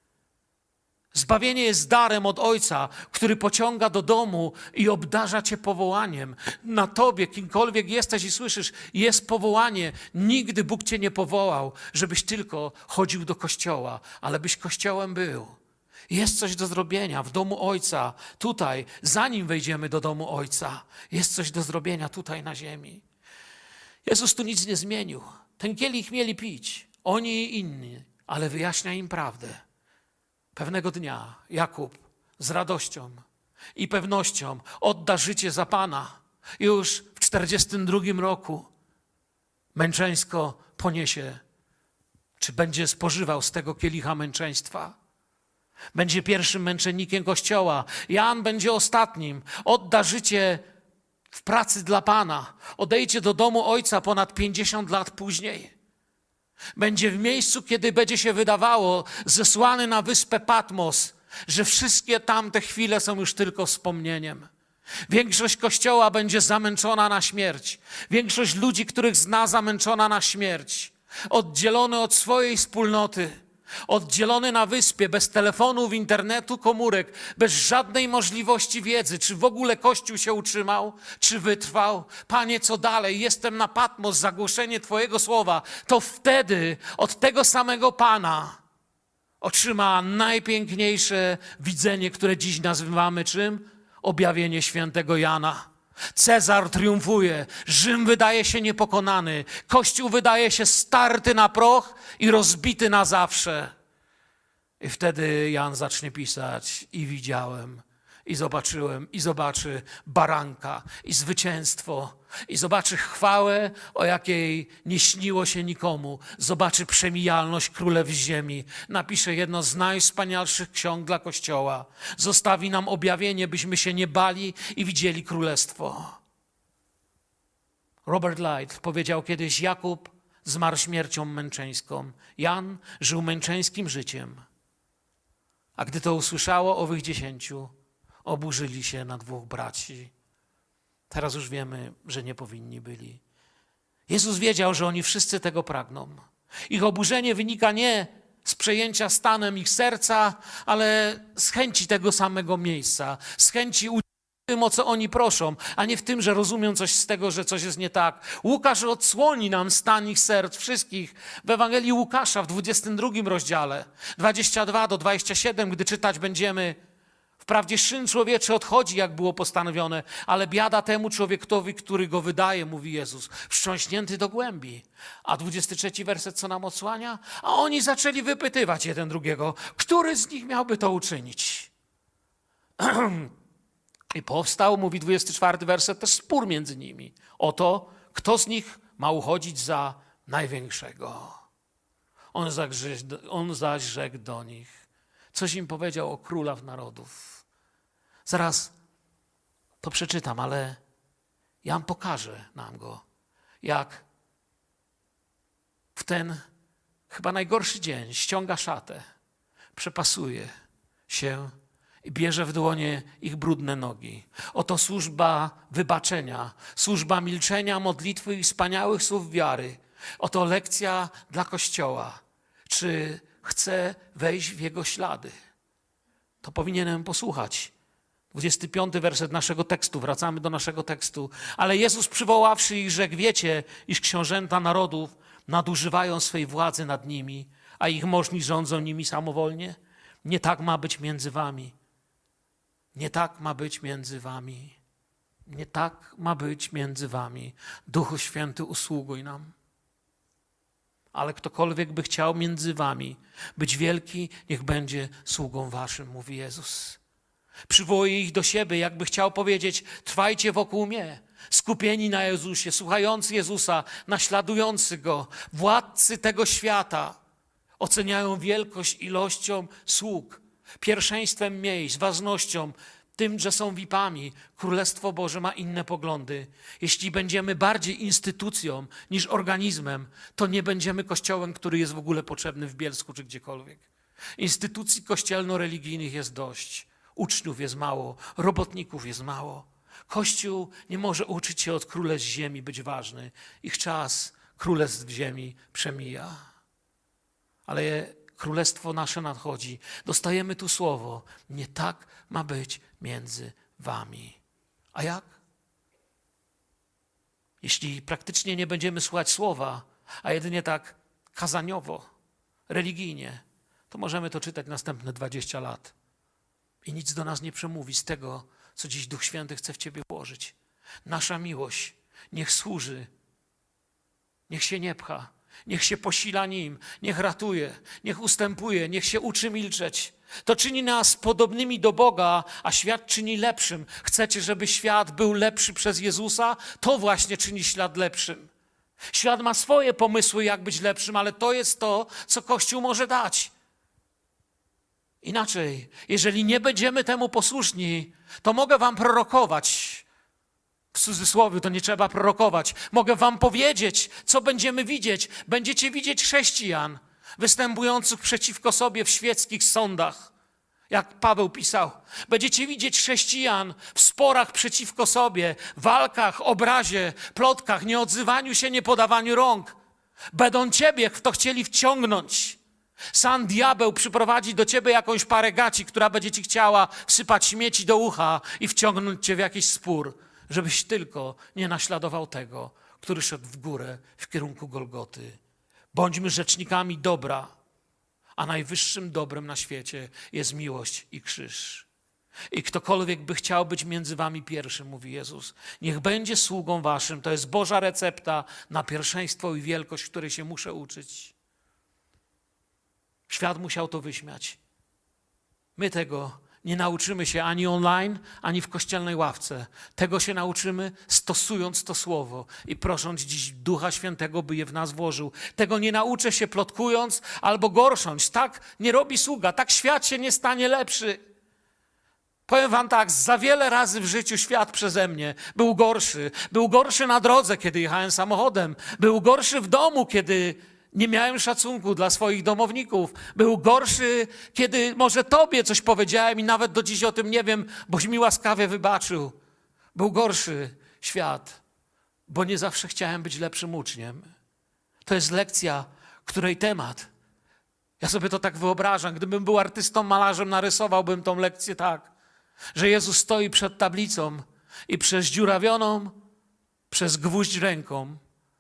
Zbawienie jest darem od Ojca, który pociąga do domu i obdarza cię powołaniem. Na tobie, kimkolwiek jesteś i słyszysz, jest powołanie. Nigdy Bóg cię nie powołał, żebyś tylko chodził do kościoła, ale byś kościołem był. Jest coś do zrobienia w domu Ojca, tutaj, zanim wejdziemy do domu Ojca. Jest coś do zrobienia tutaj na ziemi. Jezus tu nic nie zmienił. Ten kielich mieli pić, oni i inni, ale wyjaśnia im prawdę. Pewnego dnia Jakub z radością i pewnością odda życie za Pana. Już w czterdziestym drugim roku męczeńsko poniesie, czy będzie spożywał z tego kielicha męczeństwa. Będzie pierwszym męczennikiem Kościoła. Jan będzie ostatnim. Odda życie w pracy dla Pana. Odejdzie do domu Ojca ponad pięćdziesiąt lat później. Będzie w miejscu, kiedy będzie się wydawało, zesłany na wyspę Patmos, że wszystkie tamte chwile są już tylko wspomnieniem. Większość Kościoła będzie zamęczona na śmierć. Większość ludzi, których zna, zamęczona na śmierć. Oddzielony od swojej wspólnoty. Oddzielony na wyspie, bez telefonów, internetu, komórek, bez żadnej możliwości wiedzy, czy w ogóle Kościół się utrzymał, czy wytrwał. Panie, co dalej? Jestem na Patmos, zagłoszenie Twojego słowa. To wtedy od tego samego Pana otrzyma najpiękniejsze widzenie, które dziś nazywamy czym? Objawienie świętego Jana. Cezar triumfuje, Rzym wydaje się niepokonany, Kościół wydaje się starty na proch i rozbity na zawsze. I wtedy Jan zacznie pisać i widziałem, i zobaczyłem, i zobaczy baranka, i zwycięstwo, i zobaczy chwałę, o jakiej nie śniło się nikomu. Zobaczy przemijalność królew ziemi. Napisze jedno z najwspanialszych ksiąg dla Kościoła. Zostawi nam objawienie, byśmy się nie bali i widzieli królestwo. Robert Light powiedział kiedyś: Jakub zmarł śmiercią męczeńską. Jan żył męczeńskim życiem. A gdy to usłyszało owych dziesięciu, oburzyli się na dwóch braci. Teraz już wiemy, że nie powinni byli. Jezus wiedział, że oni wszyscy tego pragną. Ich oburzenie wynika nie z przejęcia stanem ich serca, ale z chęci tego samego miejsca, z chęci udziału w tym, o co oni proszą, a nie w tym, że rozumią coś z tego, że coś jest nie tak. Łukasz odsłoni nam stan ich serc wszystkich w Ewangelii Łukasza w dwudziestym drugim rozdziale, dwudziestym drugim do dwudziestego siódmego, gdy czytać będziemy: wprawdzie Syn Człowieczy odchodzi, jak było postanowione, ale biada temu człowiekowi, który go wydaje, mówi Jezus, wstrząśnięty do głębi. A dwudziesty trzeci werset co nam odsłania? A oni zaczęli wypytywać jeden drugiego, który z nich miałby to uczynić. I powstał, mówi dwudziesty czwarty werset, też spór między nimi o to, kto z nich ma uchodzić za największego. On zaś, on zaś rzekł do nich, coś im powiedział o królach narodów. Zaraz to przeczytam, ale Jan pokaże nam go, jak w ten chyba najgorszy dzień ściąga szatę, przepasuje się i bierze w dłonie ich brudne nogi. Oto służba wybaczenia, służba milczenia, modlitwy i wspaniałych słów wiary. Oto lekcja dla Kościoła. Czy chce wejść w jego ślady? To powinienem posłuchać. dwudziesty piąty werset naszego tekstu. Wracamy do naszego tekstu. Ale Jezus przywoławszy ich rzekł: wiecie, iż książęta narodów nadużywają swej władzy nad nimi, a ich możni rządzą nimi samowolnie? Nie tak ma być między wami. Nie tak ma być między wami. Nie tak ma być między wami. Duchu Święty, usługuj nam. Ale ktokolwiek by chciał między wami być wielki, niech będzie sługą waszym, mówi Jezus. Przywołuje ich do siebie, jakby chciał powiedzieć: trwajcie wokół mnie, skupieni na Jezusie, słuchający Jezusa, naśladujący Go. Władcy tego świata oceniają wielkość ilością sług, pierwszeństwem miejsc, ważnością, tym, że są V I P-ami. Królestwo Boże ma inne poglądy. Jeśli będziemy bardziej instytucją niż organizmem, to nie będziemy kościołem, który jest w ogóle potrzebny w Bielsku czy gdziekolwiek. Instytucji kościelno-religijnych jest dość. Uczniów jest mało, robotników jest mało. Kościół nie może uczyć się od królestw ziemi być ważny. Ich czas królestw ziemi przemija. Ale królestwo nasze nadchodzi. Dostajemy tu słowo. Nie tak ma być między wami. A jak? Jeśli praktycznie nie będziemy słuchać słowa, a jedynie tak kazaniowo, religijnie, to możemy to czytać następne dwadzieścia lat. I nic do nas nie przemówi z tego, co dziś Duch Święty chce w ciebie włożyć. Nasza miłość niech służy, niech się nie pcha, niech się posila Nim, niech ratuje, niech ustępuje, niech się uczy milczeć. To czyni nas podobnymi do Boga, a świat czyni lepszym. Chcecie, żeby świat był lepszy przez Jezusa? To właśnie czyni świat lepszym. Świat ma swoje pomysły, jak być lepszym, ale to jest to, co Kościół może dać. Inaczej, jeżeli nie będziemy temu posłuszni, to mogę wam prorokować. W cudzysłowie to nie trzeba prorokować. Mogę wam powiedzieć, co będziemy widzieć. Będziecie widzieć chrześcijan występujących przeciwko sobie w świeckich sądach, jak Paweł pisał. Będziecie widzieć chrześcijan w sporach przeciwko sobie, walkach, obrazie, plotkach, nieodzywaniu się, niepodawaniu rąk. Będą ciebie w to chcieli wciągnąć. Sam diabeł przyprowadzi do ciebie jakąś parę gaci, która będzie ci chciała wsypać śmieci do ucha i wciągnąć cię w jakiś spór, żebyś tylko nie naśladował tego, który szedł w górę w kierunku Golgoty. Bądźmy rzecznikami dobra, a najwyższym dobrem na świecie jest miłość i krzyż. I ktokolwiek by chciał być między wami pierwszym, mówi Jezus, niech będzie sługą waszym. To jest Boża recepta na pierwszeństwo i wielkość, której się muszę uczyć. Świat musiał to wyśmiać. My tego nie nauczymy się ani online, ani w kościelnej ławce. Tego się nauczymy stosując to słowo i prosząc dziś Ducha Świętego, by je w nas włożył. Tego nie nauczę się plotkując albo gorsząc. Tak nie robi sługa, tak świat się nie stanie lepszy. Powiem wam tak, za wiele razy w życiu świat przeze mnie był gorszy. Był gorszy na drodze, kiedy jechałem samochodem. Był gorszy w domu, kiedy nie miałem szacunku dla swoich domowników. Był gorszy, kiedy może tobie coś powiedziałem i nawet do dziś o tym nie wiem, boś mi łaskawie wybaczył. Był gorszy świat, bo nie zawsze chciałem być lepszym uczniem. To jest lekcja, której temat. Ja sobie to tak wyobrażam. Gdybym był artystą, malarzem, narysowałbym tą lekcję tak, że Jezus stoi przed tablicą i przez dziurawioną, przez gwóźdź ręką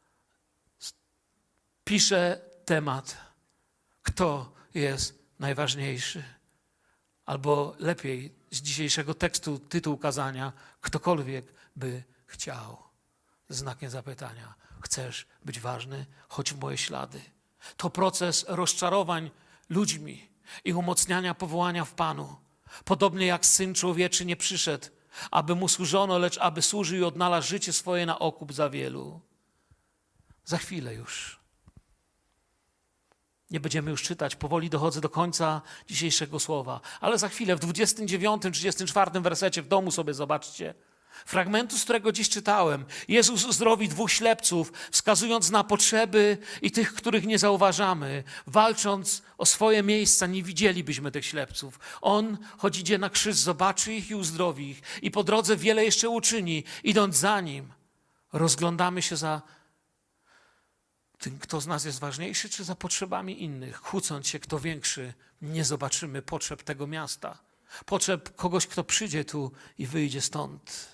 pisze temat, kto jest najważniejszy. Albo lepiej z dzisiejszego tekstu, tytuł kazania, ktokolwiek by chciał. Znakiem zapytania. Chcesz być ważny? Chodź w moje ślady. To proces rozczarowań ludźmi i umocniania powołania w Panu. Podobnie jak Syn Człowieczy nie przyszedł, aby mu służono, lecz aby służył i odnalazł życie swoje na okup za wielu. Za chwilę już. Nie będziemy już czytać, powoli dochodzę do końca dzisiejszego słowa. Ale za chwilę w dwudziestym dziewiątym, trzydziestym czwartym wersecie w domu sobie zobaczcie. Fragmentu, z którego dziś czytałem. Jezus uzdrowi dwóch ślepców, wskazując na potrzeby i tych, których nie zauważamy. Walcząc o swoje miejsca, nie widzielibyśmy tych ślepców. On, choć idzie na krzyż, zobaczy ich i uzdrowi ich. I po drodze wiele jeszcze uczyni. Idąc za Nim, rozglądamy się za tym, kto z nas jest ważniejszy, czy za potrzebami innych. Kłócąc się, kto większy, nie zobaczymy potrzeb tego miasta. Potrzeb kogoś, kto przyjdzie tu i wyjdzie stąd.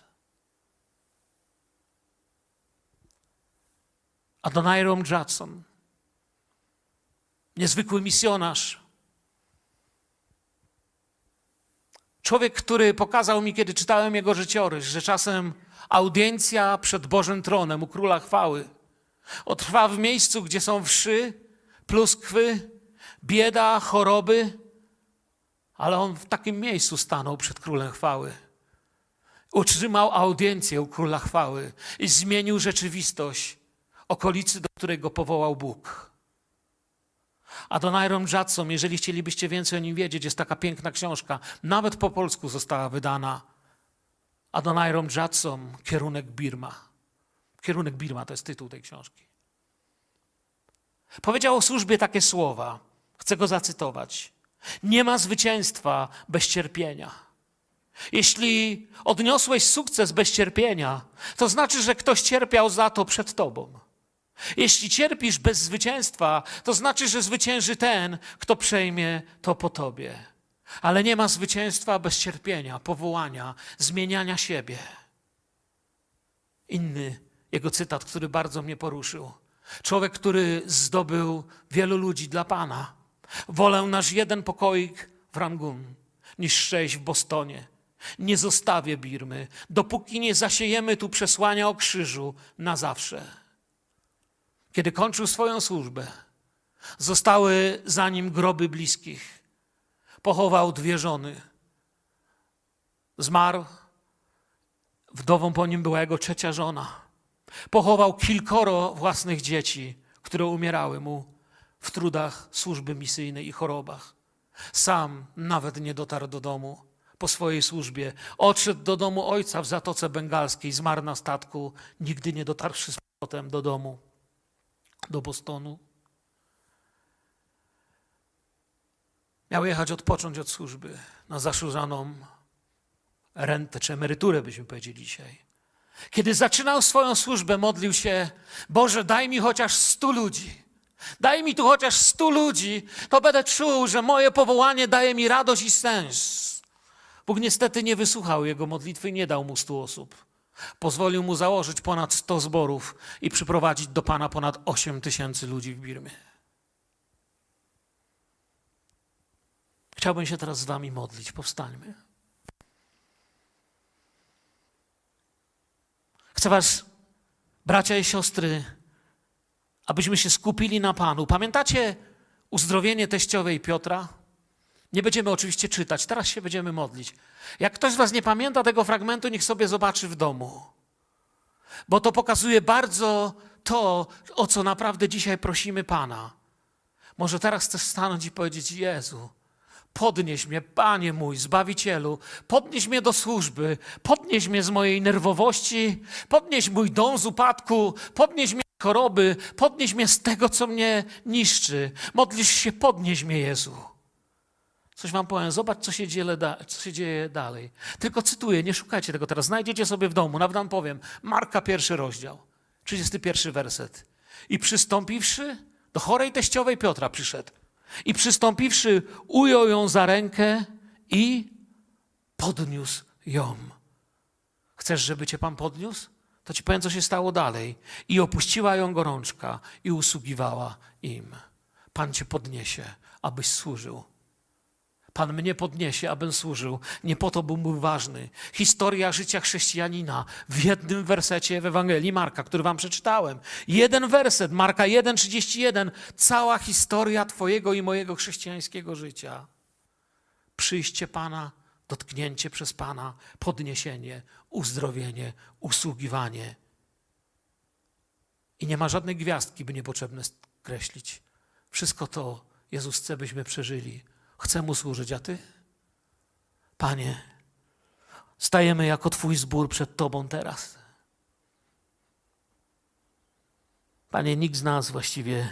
Adoniram Judson, niezwykły misjonarz. Człowiek, który pokazał mi, kiedy czytałem jego życiorys, że czasem audiencja przed Bożym Tronem u Króla Chwały trwa w miejscu, gdzie są wszy, pluskwy, bieda, choroby, ale on w takim miejscu stanął przed Królem Chwały. Utrzymał audiencję u Króla Chwały i zmienił rzeczywistość okolicy, do której go powołał Bóg. Adoniram Judson, jeżeli chcielibyście więcej o nim wiedzieć, jest taka piękna książka, nawet po polsku została wydana. Adoniram Judson, Kierunek Birma. Kierunek Birma to jest tytuł tej książki. Powiedział o służbie takie słowa, chcę go zacytować. Nie ma zwycięstwa bez cierpienia. Jeśli odniosłeś sukces bez cierpienia, to znaczy, że ktoś cierpiał za to przed tobą. Jeśli cierpisz bez zwycięstwa, to znaczy, że zwycięży ten, kto przejmie to po tobie. Ale nie ma zwycięstwa bez cierpienia, powołania, zmieniania siebie. Inny jego cytat, który bardzo mnie poruszył. Człowiek, który zdobył wielu ludzi dla Pana. Wolę nasz jeden pokoik w Rangun niż sześć w Bostonie. Nie zostawię Birmy, dopóki nie zasiejemy tu przesłania o krzyżu na zawsze. Kiedy kończył swoją służbę, zostały za nim groby bliskich. Pochował dwie żony. Zmarł. Wdową po nim była jego trzecia żona. Pochował kilkoro własnych dzieci, które umierały mu w trudach służby misyjnej i chorobach. Sam nawet nie dotarł do domu po swojej służbie. Odszedł do domu ojca w Zatoce Bengalskiej, zmarł na statku, nigdy nie dotarłszy z powrotem do domu, do Bostonu. Miał jechać odpocząć od służby na zasłużoną rentę, czy emeryturę, byśmy powiedzieli dzisiaj. Kiedy zaczynał swoją służbę, modlił się: Boże, daj mi chociaż stu ludzi. Daj mi tu chociaż stu ludzi, to będę czuł, że moje powołanie daje mi radość i sens. Bóg niestety nie wysłuchał jego modlitwy i nie dał mu stu osób. Pozwolił mu założyć ponad sto zborów i przyprowadzić do Pana ponad osiem tysięcy ludzi w Birmie. Chciałbym się teraz z wami modlić. Powstańmy. Chcę was, bracia i siostry, abyśmy się skupili na Panu. Pamiętacie uzdrowienie teściowej Piotra? Nie będziemy oczywiście czytać, teraz się będziemy modlić. Jak ktoś z was nie pamięta tego fragmentu, niech sobie zobaczy w domu. Bo to pokazuje bardzo to, o co naprawdę dzisiaj prosimy Pana. Może teraz chcesz stanąć i powiedzieć: Jezu, podnieś mnie, Panie mój, Zbawicielu, podnieś mnie do służby, podnieś mnie z mojej nerwowości, podnieś mój dom z upadku, podnieś mnie z choroby, podnieś mnie z tego, co mnie niszczy. Modlisz się, podnieś mnie, Jezu. Coś wam powiem, zobacz, co się dzieje, co się dzieje dalej. Tylko cytuję, nie szukajcie tego teraz, znajdziecie sobie w domu, nawet wam powiem. Marka, pierwszy rozdział, trzydziesty pierwszy werset. I przystąpiwszy, do chorej teściowej Piotra przyszedł. I przystąpiwszy, ujął ją za rękę i podniósł ją. Chcesz, żeby cię Pan podniósł? To ci powiem, co się stało dalej. I opuściła ją gorączka i usługiwała im. Pan cię podniesie, abyś służył. Pan mnie podniesie, abym służył. Nie po to był ważny. Historia życia chrześcijanina w jednym wersecie w Ewangelii Marka, który wam przeczytałem. Jeden werset, Marka jeden, trzydzieści jeden. Cała historia twojego i mojego chrześcijańskiego życia. Przyjście Pana, dotknięcie przez Pana, podniesienie, uzdrowienie, usługiwanie. I nie ma żadnej gwiazdki, by niepotrzebne skreślić. Wszystko to Jezus chce, byśmy przeżyli. Chcę Mu służyć, a Ty? Panie, stajemy jako Twój zbór przed Tobą teraz. Panie, nikt z nas właściwie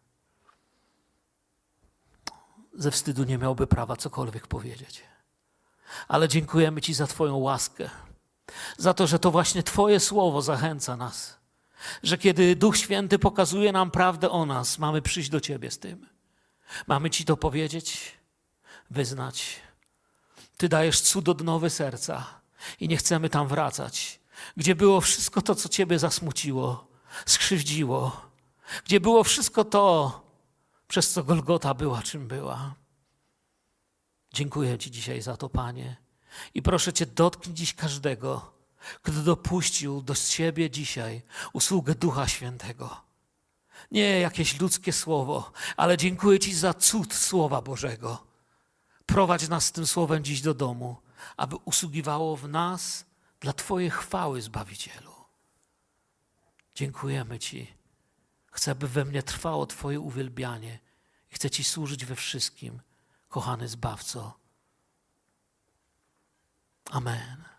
ze wstydu nie miałby prawa cokolwiek powiedzieć. Ale dziękujemy Ci za Twoją łaskę, za to, że to właśnie Twoje słowo zachęca nas, że kiedy Duch Święty pokazuje nam prawdę o nas, mamy przyjść do Ciebie z tym. Mamy Ci to powiedzieć, wyznać. Ty dajesz cud odnowy serca i nie chcemy tam wracać, gdzie było wszystko to, co Ciebie zasmuciło, skrzywdziło, gdzie było wszystko to, przez co Golgota była, czym była. Dziękuję Ci dzisiaj za to, Panie. I proszę Cię, dotknij dziś każdego, kto dopuścił do siebie dzisiaj usługę Ducha Świętego. Nie jakieś ludzkie słowo, ale dziękuję Ci za cud Słowa Bożego. Prowadź nas z tym Słowem dziś do domu, aby usługiwało w nas dla Twojej chwały, Zbawicielu. Dziękujemy Ci. Chcę, aby we mnie trwało Twoje uwielbianie i chcę Ci służyć we wszystkim, kochany Zbawco. Amen.